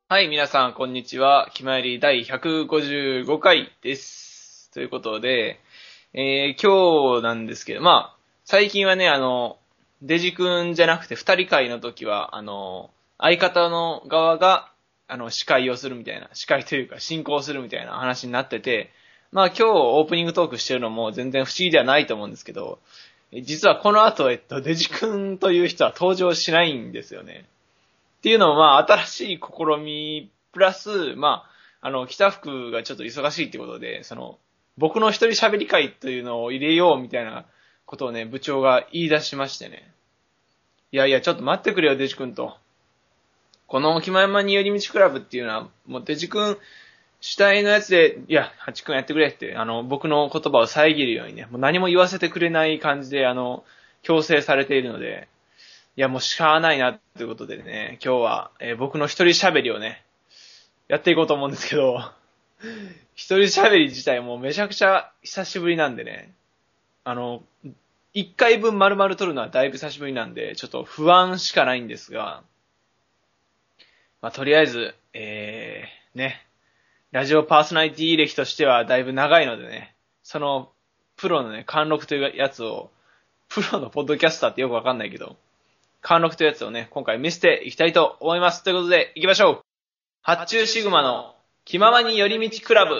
はい、皆さん、こんにちは。決まり第155回です。ということで、今日なんですけど、最近はね、デジ君じゃなくて二人会の時は、相方の側が、司会をするみたいな、司会というか進行するみたいな話になってて、今日オープニングトークしてるのも全然不思議ではないと思うんですけど、実はこの後、デジ君という人は登場しないんですよね。っていうのも、新しい試み、プラス、北福がちょっと忙しいってことで、僕の一人喋り会というのを入れようみたいなことをね、部長が言い出しましてね。いやいや、ちょっと待ってくれよ、デジ君と。この気ままに寄り道クラブっていうのは、もうデジ君主体のやつで、いや、ハチ君やってくれって、僕の言葉を遮るようにね、もう何も言わせてくれない感じで、強制されているので、いや、もうしゃあないな、ということでね、今日は、僕の一人喋りをね、やっていこうと思うんですけど、一人喋り自体もうめちゃくちゃ久しぶりなんでね、あの、一回分丸々撮るのはだいぶ久しぶりなんで、ちょっと不安しかないんですが、とりあえず、ね、ラジオパーソナリティ歴としてはだいぶ長いのでね、その、プロのね、貫禄というやつを、プロのポッドキャスターってよくわかんないけど、貫禄というやつをね、今回見せていきたいと思います。ということで、行きましょう。発注シグマの気ままに寄り道クラブ。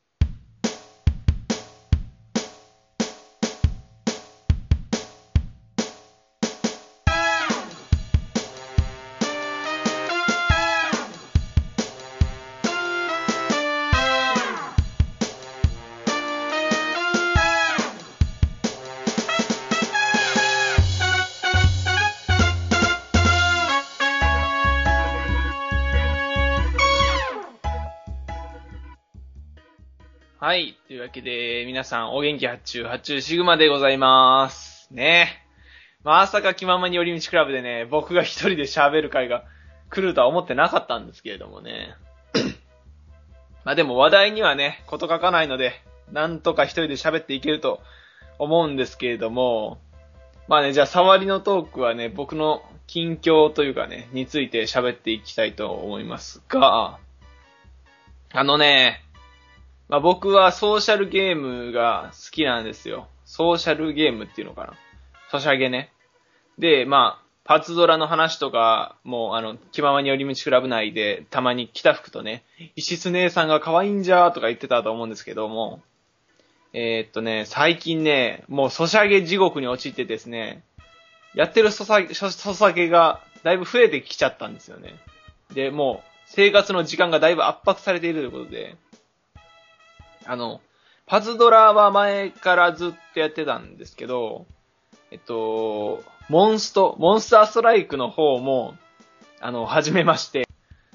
はい。というわけで、皆さんお元気発注シグマでございます。ね。まさか気ままに寄り道クラブでね、僕が一人で喋る会が来るとは思ってなかったんですけれどもね。でも話題にはね、こと書かないので、なんとか一人で喋っていけると思うんですけれども、じゃあ触りのトークはね、僕の近況というかね、について喋っていきたいと思いますが、あのね、僕はソーシャルゲームが好きなんですよ。ソーシャルゲームっていうのかな。ソシャゲね。で、パズドラの話とか、もう気ままに寄り道クラブ内で、たまに北福とね、石津姉さんが可愛いんじゃーとか言ってたと思うんですけども、最近ね、もうソシャゲ地獄に陥ってですね、やってるソシャゲがだいぶ増えてきちゃったんですよね。で、もう生活の時間がだいぶ圧迫されているということで、パズドラは前からずっとやってたんですけど、モンスターストライクの方も、始めまして、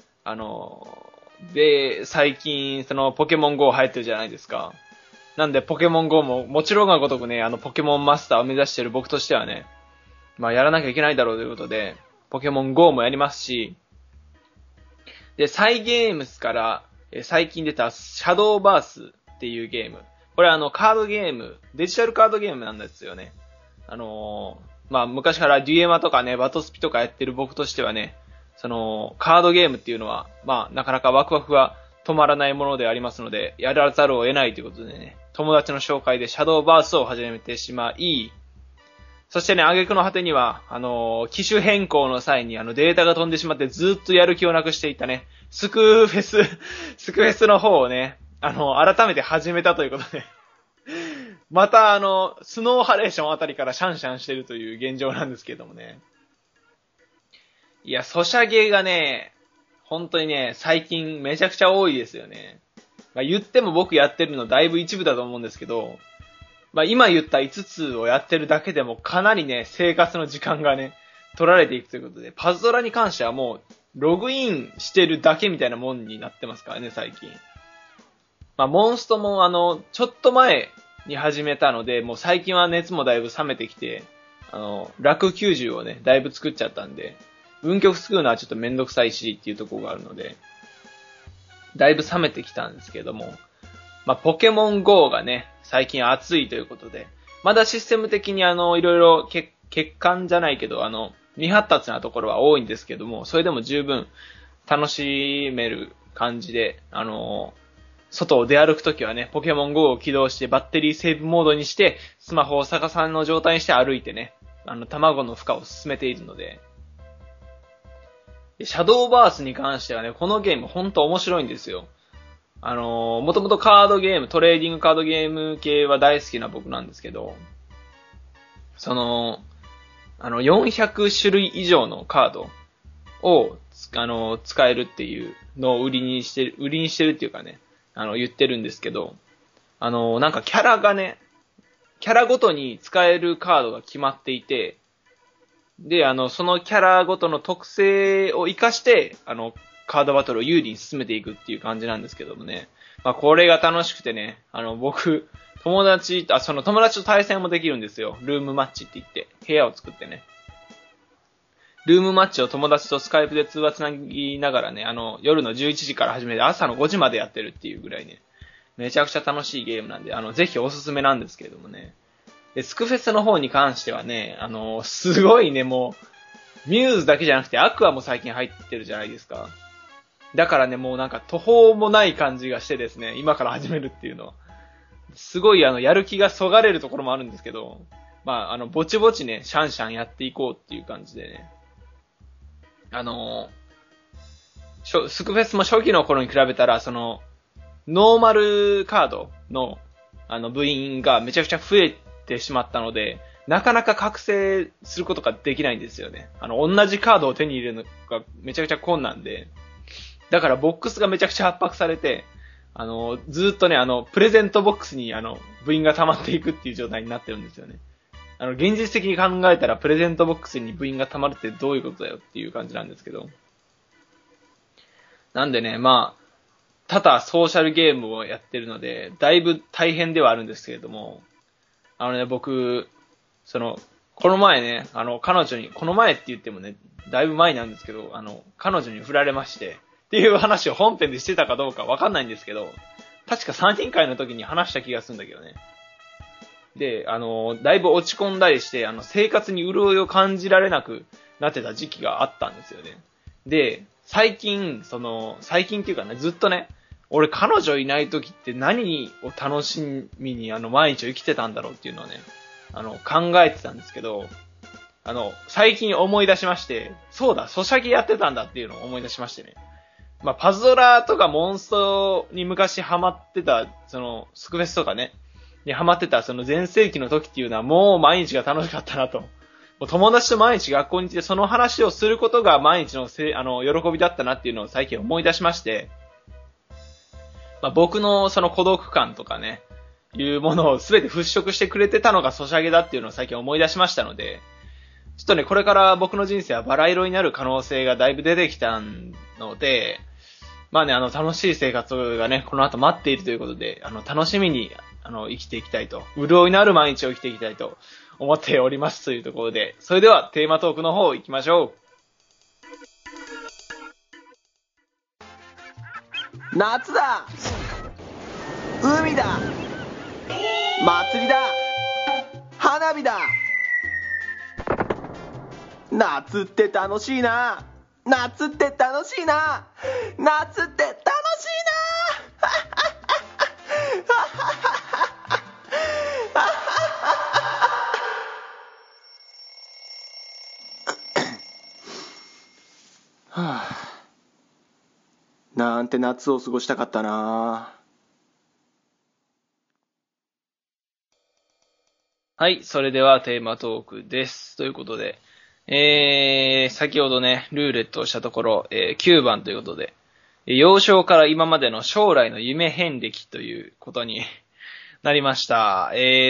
で、最近、ポケモン GO 流行ってるじゃないですか。なんで、ポケモン GO も、もちろんがごとくね、ポケモンマスターを目指している僕としてはね、やらなきゃいけないだろうということで、ポケモン GO もやりますし、で、サイゲームスから、最近出た、シャドーバースっていうゲーム。これカードゲーム、デジタルカードゲームなんですよね。昔からデュエマとかね、バトスピとかやってる僕としてはね、カードゲームっていうのは、なかなかワクワクが止まらないものでありますので、やらざるを得ないということでね、友達の紹介でシャドーバースを始めてしまい、そしてね、挙句の果てには、機種変更の際にデータが飛んでしまってずっとやる気をなくしていたね、スクフェスの方をね、改めて始めたということで、またスノーハレーションあたりからシャンシャンしてるという現状なんですけどもね。いや、ソシャゲがね、本当にね、最近めちゃくちゃ多いですよね。言っても僕やってるのだいぶ一部だと思うんですけど、今言った5つをやってるだけでもかなりね、生活の時間がね、取られていくということで、パズドラに関してはもう、ログインしてるだけみたいなもんになってますからね、最近。モンストもちょっと前に始めたので、もう最近は熱もだいぶ冷めてきて、楽90をね、だいぶ作っちゃったんで、文曲作るのはちょっとめんどくさいしっていうところがあるので、だいぶ冷めてきたんですけども、ポケモン GO がね、最近熱いということで、まだシステム的にいろいろ欠陥じゃないけど、未発達なところは多いんですけども、それでも十分楽しめる感じで、外を出歩くときはね、ポケモン GO を起動してバッテリーセーブモードにして、スマホを逆さの状態にして歩いてね、卵の孵化を進めているので、シャドーバースに関してはね、このゲームほんと面白いんですよ。もともとカードゲーム、トレーディングカードゲーム系は大好きな僕なんですけど、400種類以上のカードを、使えるっていうのを売りにしてるっていうかね、言ってるんですけど、なんかキャラがね、キャラごとに使えるカードが決まっていて、で、そのキャラごとの特性を活かして、カードバトルを有利に進めていくっていう感じなんですけどもね。まあ、これが楽しくてね、僕、友達と対戦もできるんですよ。ルームマッチって言って、部屋を作ってね。ルームマッチを友達とスカイプで通話つなぎながらね、夜の11時から始めて朝の5時までやってるっていうぐらいね、めちゃくちゃ楽しいゲームなんで、ぜひおすすめなんですけれどもね。で、スクフェスの方に関してはね、すごいね、もう、ミューズだけじゃなくてアクアも最近入ってるじゃないですか。だからね、もうなんか途方もない感じがしてですね、今から始めるっていうのは。すごいやる気がそがれるところもあるんですけど、まあ、ぼちぼちね、シャンシャンやっていこうっていう感じでね。スクフェスも初期の頃に比べたら、ノーマルカードの、部員がめちゃくちゃ増えてしまったので、なかなか覚醒することができないんですよね。同じカードを手に入れるのがめちゃくちゃ困難で、だからボックスがめちゃくちゃ圧迫されて、ずーっとね、プレゼントボックスに部員が溜まっていくっていう状態になってるんですよね。現実的に考えたらプレゼントボックスに部員が溜まるってどういうことだよっていう感じなんですけど。なんでね、まあ、ただソーシャルゲームをやってるので、だいぶ大変ではあるんですけれども、僕、この前ね、彼女に、この前って言ってもね、だいぶ前なんですけど、彼女に振られまして、っていう話を本編でしてたかどうかわかんないんですけど、確か3人会の時に話した気がするんだけどね。で、だいぶ落ち込んだりして、生活に潤いを感じられなくなってた時期があったんですよね。で、最近っていうかね、ずっとね、俺彼女いない時って何を楽しみに毎日を生きてたんだろうっていうのをね、考えてたんですけど、最近思い出しまして、そうだ、ソシャゲやってたんだっていうのを思い出しましてね。まあ、パズドラとかモンストに昔ハマってた、スクフェスとかね、にハマってた前世紀の時っていうのはもう毎日が楽しかったなと。もう友達と毎日学校に行ってその話をすることが毎日の喜びだったなっていうのを最近思い出しまして、まあ、僕の孤独感とかね、いうものをすべて払拭してくれてたのがソシャゲだっていうのを最近思い出しましたので、ちょっとね、これから僕の人生はバラ色になる可能性がだいぶ出てきたので、まあね、楽しい生活がね、この後待っているということで、楽しみに、生きていきたいと、潤いのある毎日を生きていきたいと思っておりますというところで、それではテーマトークの方行きましょう。夏だ、海だ、祭りだ、花火だ。夏って楽しいな。夏って楽しいな。夏って楽しいな。はあ、なんて夏を過ごしたかったな。 はい、それではテーマトークです。ということで、先ほどね、ルーレットをしたところ、9番ということで、幼少から今までの将来の夢遍歴ということになりました。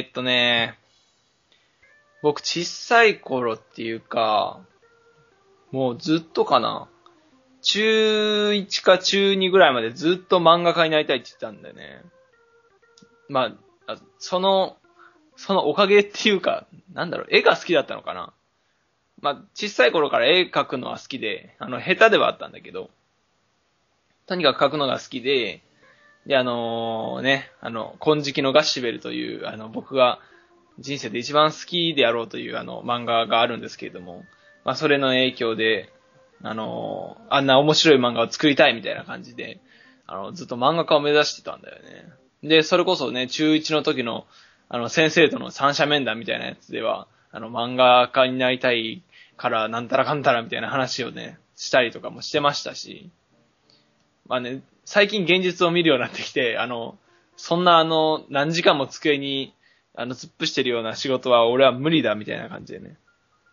僕小さい頃っていうか、もうずっとかな。中1か中2ぐらいまでずっと漫画家になりたいって言ってたんだよね。まあ、そのおかげっていうか、絵が好きだったのかな。まあ、小さい頃から絵描くのは好きで、下手ではあったんだけど、とにかく描くのが好きで、で、金色のガッシュベルという、僕が人生で一番好きであろうという漫画があるんですけれども、まあ、それの影響で、 あんな面白い漫画を作りたいみたいな感じで、ずっと漫画家を目指してたんだよね。で、それこそね、中1の時の、先生との三者面談みたいなやつでは、漫画家になりたいからなんたらかんたらみたいな話をね、したりとかもしてましたし、まあね、最近現実を見るようになってきて、そんな何時間も机に、突っ伏してるような仕事は俺は無理だみたいな感じでね。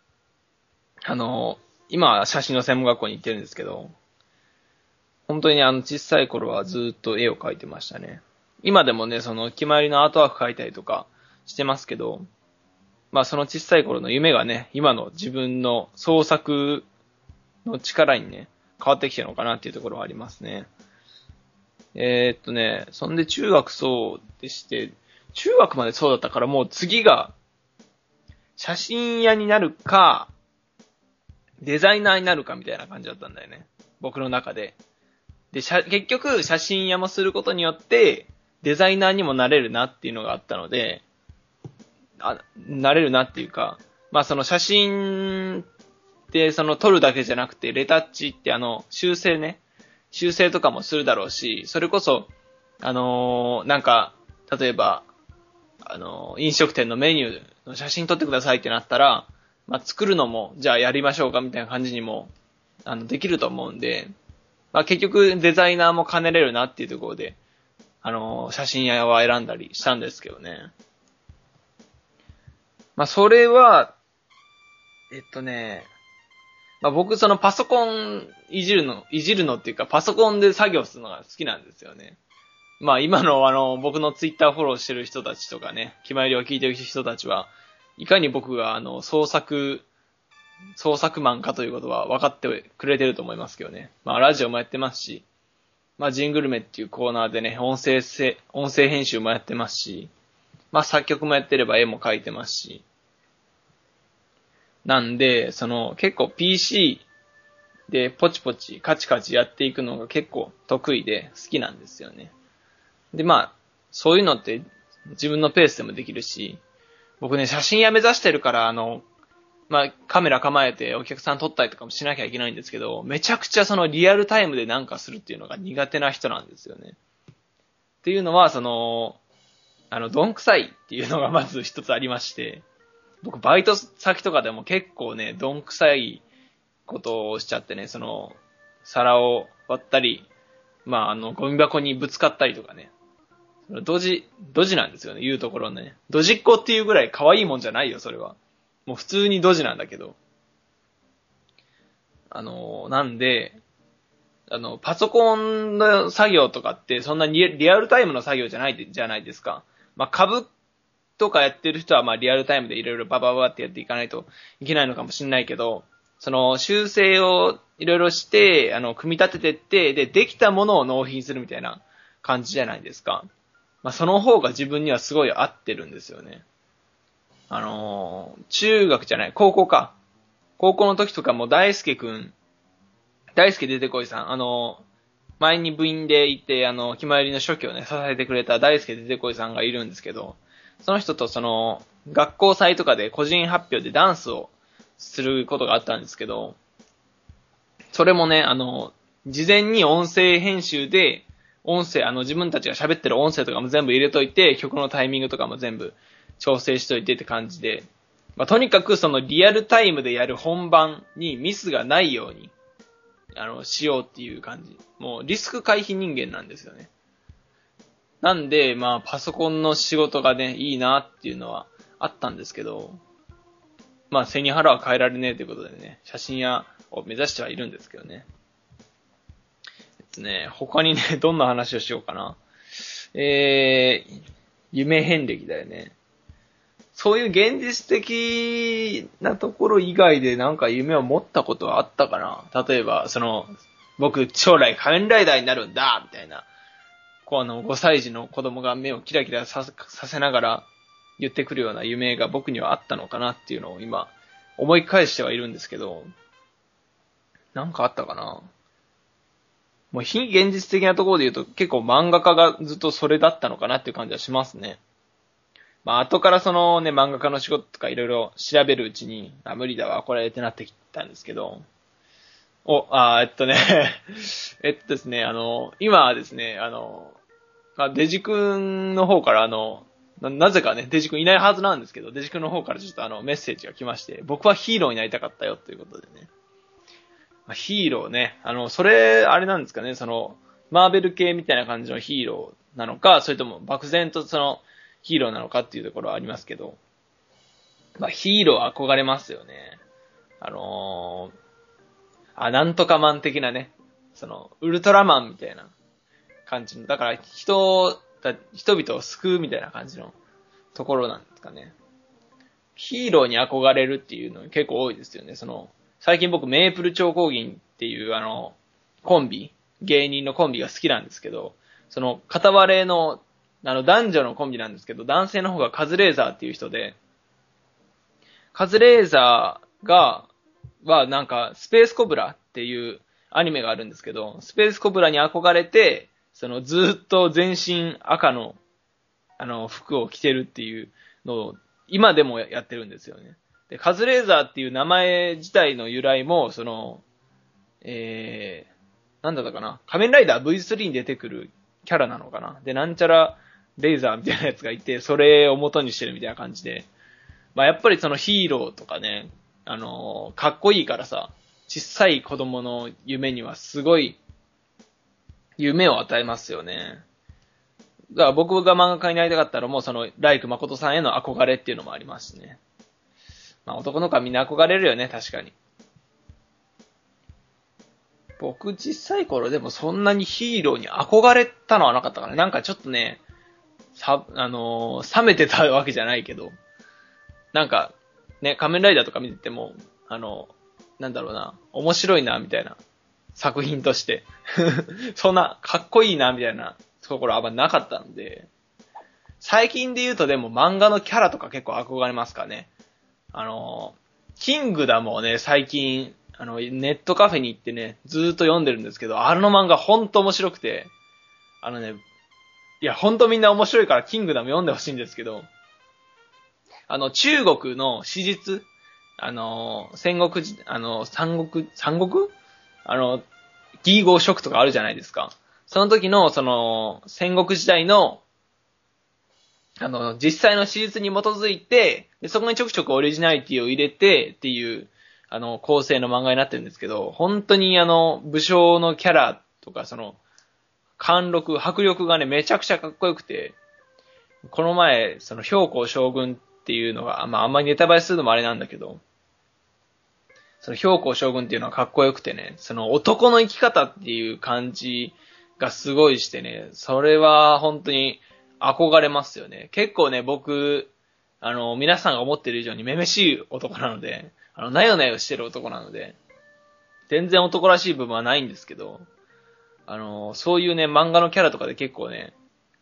今は写真の専門学校に行ってるんですけど、本当に小さい頃はずっと絵を描いてましたね。今でもね、決まりのアートワーク描いたりとかしてますけど、まあその小さい頃の夢がね、今の自分の創作の力にね、変わってきてるのかなっていうところはありますね。そんで中学そうでして、中学までそうだったからもう次が、写真屋になるか、デザイナーになるかみたいな感じだったんだよね。僕の中で。で、結局写真屋もすることによって、デザイナーにもなれるなっていうのがあったので、なれるなっていうか、まあその写真って撮るだけじゃなくて、レタッチって修正とかもするだろうし、それこそ、なんか、例えば、飲食店のメニューの写真撮ってくださいってなったら、まあ、作るのも、じゃあやりましょうかみたいな感じにも、できると思うんで、まあ、結局デザイナーも兼ねれるなっていうところで、写真屋は選んだりしたんですけどね。まあ、それは、まあ、僕パソコンいじるのっていうか、パソコンで作業するのが好きなんですよね。まあ今の僕のツイッターフォローしてる人たちとかね、決まりを聞いてる人たちは、いかに僕が創作マンかということは分かってくれてると思いますけどね。まあラジオもやってますし、まあジングルメっていうコーナーでね、音声編集もやってますし、まあ作曲もやってれば絵も描いてますし。なんで、結構 PC でポチポチカチカチやっていくのが結構得意で好きなんですよね。で、まあ、そういうのって自分のペースでもできるし、僕ね、写真屋目指してるから、まあ、カメラ構えてお客さん撮ったりとかもしなきゃいけないんですけど、めちゃくちゃリアルタイムでなんかするっていうのが苦手な人なんですよね。っていうのは、どんくさいっていうのがまず一つありまして、僕バイト先とかでも結構ね、どんくさいことをしちゃってね、皿を割ったり、まあ、ゴミ箱にぶつかったりとかね、ドジなんですよね、言うところね。ドジっ子っていうぐらい可愛いもんじゃないよ、それは。もう普通にドジなんだけど。なんで、パソコンの作業とかってそんなにリアルタイムの作業じゃないですか。まあ、株とかやってる人はまあリアルタイムでいろいろバババってやっていかないといけないのかもしれないけど、修正をいろいろして、組み立ててって、できたものを納品するみたいな感じじゃないですか。まあ、その方が自分にはすごい合ってるんですよね。中学じゃない、高校か。高校の時とかも大輔出てこいさん、前に部員でいて、決まりの初期をね、支えてくれた大輔出てこいさんがいるんですけど、その人と学校祭とかで個人発表でダンスをすることがあったんですけど、それもね、事前に音声編集で、自分たちが喋ってる音声とかも全部入れといて、曲のタイミングとかも全部調整しといてって感じで、まあ、とにかくリアルタイムでやる本番にミスがないように、しようっていう感じ。もうリスク回避人間なんですよね。なんで、まあ、パソコンの仕事がね、いいなっていうのはあったんですけど、まあ、背に腹は変えられねえということでね、写真屋を目指してはいるんですけどね。他にね、どんな話をしようかな。夢遍歴だよね。そういう現実的なところ以外でなんか夢を持ったことはあったかな。例えば、僕将来仮面ライダーになるんだみたいな。5歳児の子供が目をキラキラさせながら言ってくるような夢が僕にはあったのかなっていうのを今思い返してはいるんですけど、なんかあったかな。もう非現実的なところで言うと結構漫画家がずっとそれだったのかなっていう感じはしますね。まあ後から漫画家の仕事とかいろいろ調べるうちに、無理だわ、これってなってきたんですけど、 ですね、今はですね、デジ君の方からなぜかね、デジ君いないはずなんですけど、デジ君の方からちょっとメッセージが来まして、僕はヒーローになりたかったよということでね。ヒーローね、それ、あれなんですかね、マーベル系みたいな感じのヒーローなのか、それとも漠然とヒーローなのかっていうところはありますけど、ヒーロー憧れますよね。なんとかマン的なね、ウルトラマンみたいな感じの、だから人々を救うみたいな感じのところなんですかね。ヒーローに憧れるっていうの結構多いですよね。最近僕メープル超合金っていうコンビ、芸人のコンビが好きなんですけど、片割れの、男女のコンビなんですけど、男性の方がカズレーザーっていう人で、カズレーザーはなんか、スペースコブラっていうアニメがあるんですけど、スペースコブラに憧れて、ずっと全身赤の、服を着てるっていうのを、今でもやってるんですよね。で、カズレーザーっていう名前自体の由来も、なんだったかな、仮面ライダー V3 に出てくるキャラなのかな。で、なんちゃらレーザーみたいなやつがいて、それを元にしてるみたいな感じで、やっぱりヒーローとかね、かっこいいからさ、小さい子供の夢にはすごい夢を与えますよね。だから僕が漫画家になりたかったらもうライク誠さんへの憧れっていうのもありますしね。男の子はみんな憧れるよね、確かに。僕小さい頃でもそんなにヒーローに憧れたのはなかったからね。なんかちょっとね、冷めてたわけじゃないけど、なんか、ね、仮面ライダーとか見てても、なんだろうな、面白いな、みたいな、作品として。そんな、かっこいいな、みたいなところあんまなかったんで、最近で言うとでも漫画のキャラとか結構憧れますかね。キングダムをね、最近、ネットカフェに行ってね、ずーっと読んでるんですけど、あの漫画ほんと面白くて、いや、ほんとみんな面白いからキングダム読んでほしいんですけど、中国の史実、戦国時、三国義号食とかあるじゃないですか。その時の、戦国時代の、実際の史実に基づいて、でそこにちょくちょくオリジナリティを入れて、っていう、構成の漫画になってるんですけど、本当に武将のキャラとか、貫禄、迫力がね、めちゃくちゃかっこよくて、この前、兵庫将軍っていうのが、あんまりネタバレするのもあれなんだけど、兵庫将軍っていうのはかっこよくてね、男の生き方っていう感じがすごいしてね、それは本当に憧れますよね。結構ね、僕、皆さんが思ってる以上にめめしい男なので、なよなよしてる男なので、全然男らしい部分はないんですけど、そういうね、漫画のキャラとかで結構ね、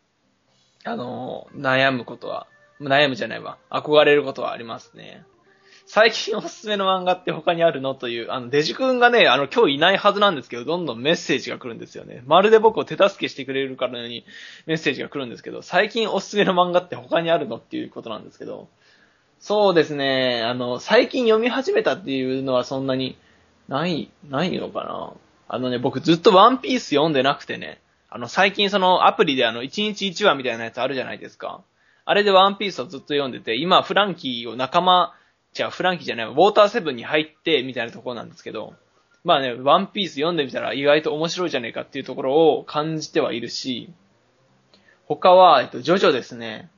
悩むじゃないわ。憧れることはありますね。最近おすすめの漫画って他にあるのという、デジ君がね、今日いないはずなんですけど、どんどんメッセージが来るんですよね。まるで僕を手助けしてくれるからのようにメッセージが来るんですけど、最近おすすめの漫画って他にあるのっていうことなんですけど、そうですね、最近読み始めたっていうのはそんなにないのかな。僕ずっとワンピース読んでなくてね、最近アプリで1日1話みたいなやつあるじゃないですか。あれでワンピースをずっと読んでて、今フランキーをフランキーじゃない、ウォーターセブンに入ってみたいなところなんですけど、まあね、ワンピース読んでみたら意外と面白いじゃねえかっていうところを感じてはいるし、他は、ジョジョですね。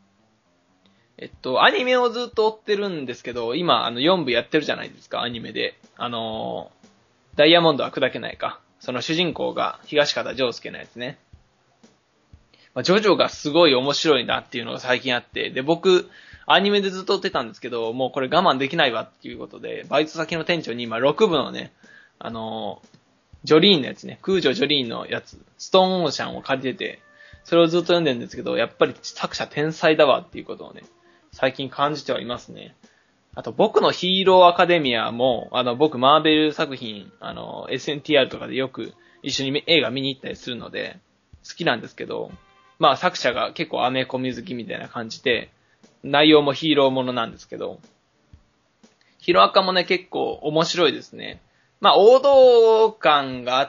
アニメをずっと追ってるんですけど、今、4部やってるじゃないですか、アニメで。ダイヤモンドは砕けないか。その主人公が東方丈介のやつね。ジョジョがすごい面白いなっていうのが最近あって、で、僕、アニメでずっと追ってたんですけど、もうこれ我慢できないわっていうことで、バイト先の店長に今6部のね、ジョリーンのやつね、空女ジョリーンのやつ、ストーンオーシャンを借りてて、それをずっと読んでるんですけど、やっぱり作者天才だわっていうことをね、最近感じてはいますね。あと僕のヒーローアカデミアも、僕マーベル作品、SNTR とかでよく一緒に映画見に行ったりするので、好きなんですけど、まあ作者が結構アメコミ好きみたいな感じで、内容もヒーローものなんですけど、ヒロアカもね結構面白いですね。 まあ、王道感があって、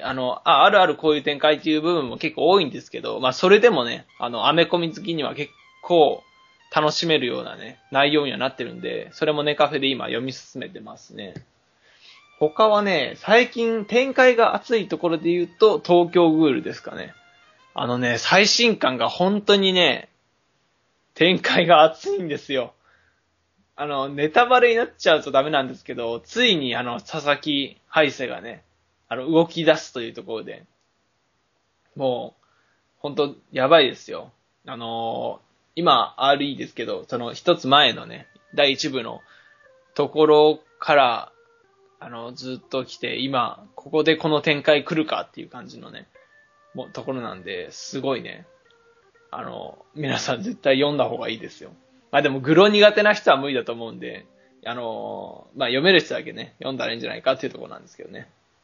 あるあるこういう展開っていう部分も結構多いんですけど、まあ、それでもね、アメコミ好きには結構楽しめるようなね、内容にはなってるんで、それもね、カフェで今読み進めてますね。他はね、最近展開が熱いところで言うと、東京グールですかね。最新刊が本当にね、展開が熱いんですよ。ネタバレになっちゃうとダメなんですけど、ついに佐々木ハセがね、動き出すというところで、もう、ほんと、やばいですよ。今、RE ですけど、その一つ前のね、第一部のところから、ずっと来て、今、ここでこの展開来るかっていう感じのね、ところなんで、すごいね、皆さん絶対読んだ方がいいですよ。まあでも、グロ苦手な人は無理だと思うんで、まあ読める人だけね、読んだらいいんじゃないかっていうところなんですけどね。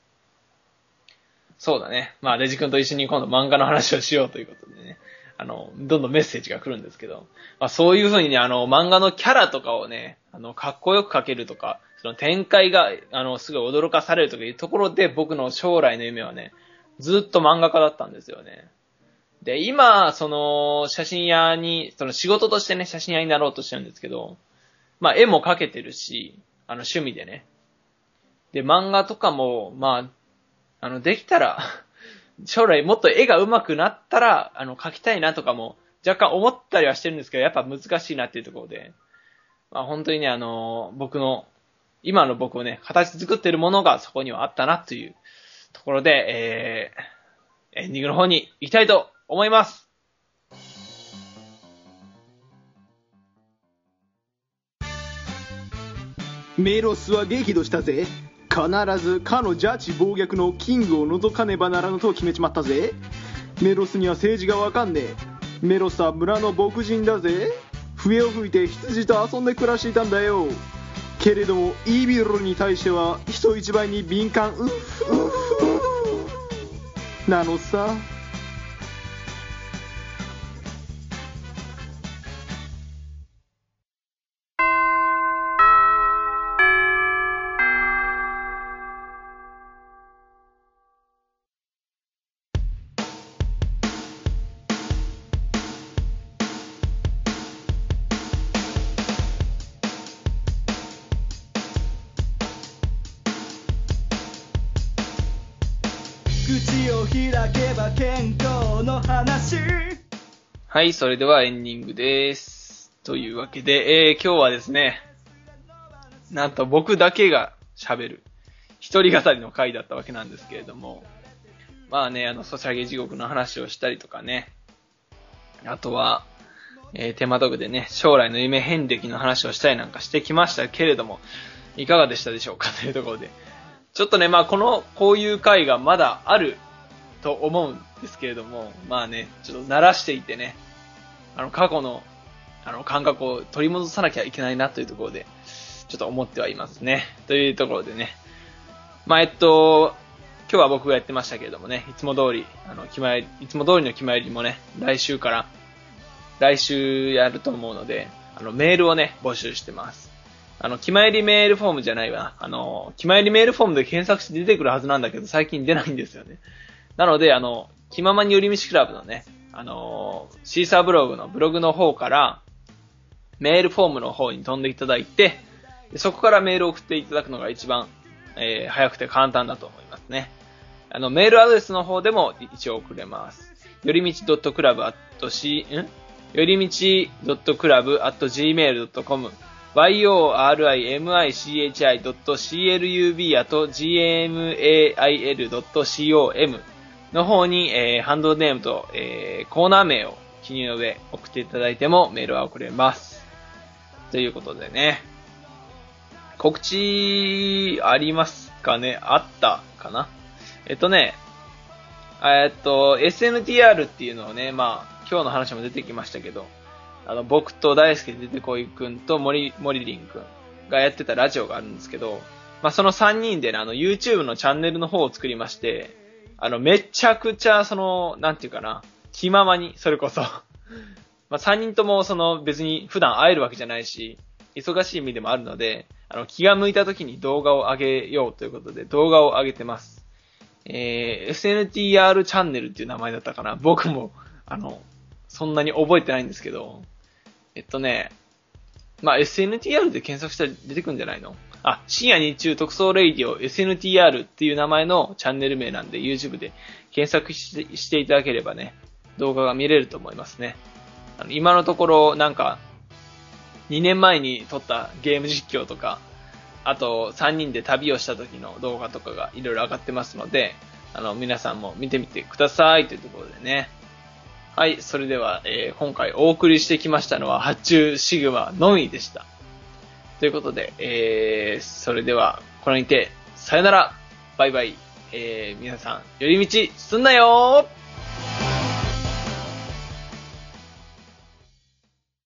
そうだね。まあ、レジ君と一緒に今度漫画の話をしようということでね。どんどんメッセージが来るんですけど、まあそういう風にね、漫画のキャラとかをね、かっこよく描けるとか、その展開が、すごい驚かされるとかいうところで、僕の将来の夢はね、ずっと漫画家だったんですよね。で、今、その仕事としてね、写真屋になろうとしてるんですけど、まあ、絵も描けてるし、趣味でね。で、漫画とかも、まあ、できたら、将来もっと絵が上手くなったら、描きたいなとかも、若干思ったりはしてるんですけど、やっぱ難しいなっていうところで、まあ、本当にね、今の僕をね、形作ってるものがそこにはあったなというところで、エンディングの方に行きたいと思います。 メロスは激怒したぜ。必ずかのジャッジ暴虐のキングを除かねばならぬと決めちまったぜ。メロスには政治がわかんねえ。メロスは村の牧人だぜ。笛を吹いて羊と遊んで暮らしていたんだよ。けれどもイービルに対しては人一倍に敏感なのさ。口を開けば健康の話。 はい、それではエンディングです。というわけで、今日はですね、なんと僕だけが喋る一人語りの回だったわけなんですけれども、まあね、ソシャゲ地獄の話をしたりとかね、あとは、テーマトークでね、将来の夢遍歴の話をしたりなんかしてきましたけれども、いかがでしたでしょうかというところで、ちょっとね、まあこういう回がまだあると思うんですけれども、まあね、ちょっと慣らしていてね、過去の、感覚を取り戻さなきゃいけないなというところで、ちょっと思ってはいますね。というところでね、まあ今日は僕がやってましたけれどもね、いつも通りの決まりもね、来週やると思うので、メールをね、募集してます。決まりメールフォームじゃないわ。決まりメールフォームで検索して出てくるはずなんだけど、最近出ないんですよね。なので、気ままに寄り道クラブのね、シーサーブログのブログの方から、メールフォームの方に飛んでいただいて、そこからメールを送っていただくのが一番、早くて簡単だと思いますね。メールアドレスの方でも一応送れます。よりみち .club@gmail.com yorimichi.club@gmail.com の方に、ハンドルネームと、コーナー名を記入の上送っていただいてもメールは送れます。ということでね。告知ありますかね？あったかな？SNTR っていうのをね、まあ、今日の話も出てきましたけど、僕と大輔出てこいくんとモリリンくんがやってたラジオがあるんですけど、まあ、その3人でね、YouTube のチャンネルの方を作りまして、めちゃくちゃ、なんていうかな、気ままに、それこそ。まあ、3人とも、別に普段会えるわけじゃないし、忙しい意味でもあるので、 気が向いた時に動画を上げようということで動画を上げてます。SNTR チャンネルっていう名前だったかな。僕も、そんなに覚えてないんですけど、SNTR で検索したら出てくるんじゃないの？深夜日中特捜レイディオ SNTR っていう名前のチャンネル名なんで YouTube で検索していただければね、動画が見れると思いますね。今のところなんか、2年前に撮ったゲーム実況とか、あと3人で旅をした時の動画とかがいろいろ上がってますので、皆さんも見てみてくださいというところでね。はい、それでは、今回お送りしてきましたのは発注シグマのみでした。ということで、それではこれにてさよなら、バイバイ。皆さん寄り道すんなよー。